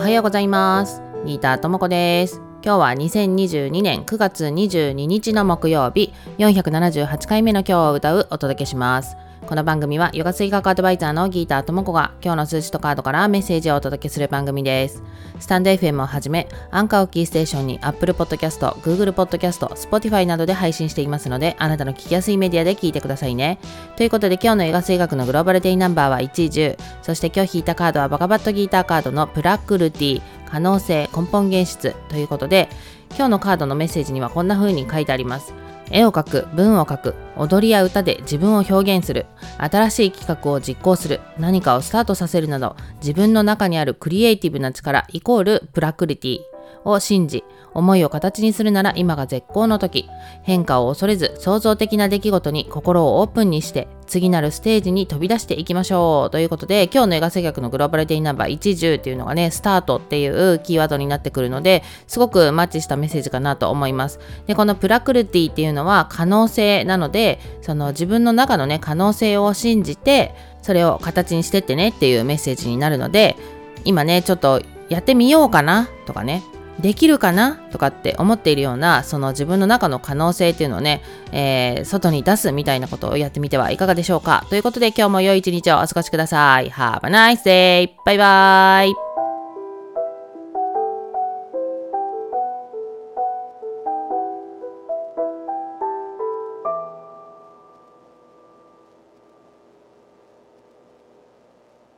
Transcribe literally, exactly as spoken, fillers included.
はようございます。ギーターともこです。今日はにせんにじゅうにねんくがつにじゅうににちの木曜日、よんひゃくななじゅうはちかいめの今日を歌うお届けします。この番組はヨガ水学アドバイザーのギーターともこが今日の数字とカードからメッセージをお届けする番組です。スタンド エフエム をはじめ、アンカーをキーステーションに Apple Podcast、Google Podcast、Spotify などで配信していますので、あなたの聞きやすいメディアで聞いてくださいね。ということで今日のヨガ水学のグローバルデイナンバーはいち、じゅう、そして今日引いたカードはバカバットギーターカードのプラクルティ、可能性、根本現実ということで、今日のカードのメッセージにはこんな風に書いてあります。絵を描く、文を書く、踊りや歌で自分を表現する、新しい企画を実行する、何かをスタートさせるなど、自分の中にあるクリエイティブな力イコールプラクリティを信じ、思いを形にするなら今が絶好の時。変化を恐れず創造的な出来事に心をオープンにして次なるステージに飛び出していきましょうということで、今日のヨガ水学のグローバルデイナンバーいち、じゅうっていうのがね、スタートっていうキーワードになってくるので、すごくマッチしたメッセージかなと思います。で、このプラクルティっていうのは可能性なので、その自分の中のね可能性を信じてそれを形にしてってねっていうメッセージになるので、今ねちょっとやってみようかなとかね、できるかなとかって思っているような、その自分の中の可能性っていうのをね、えー、外に出すみたいなことをやってみてはいかがでしょうか。ということで今日も良い一日をお過ごしください。Have a nice day! バイバイ。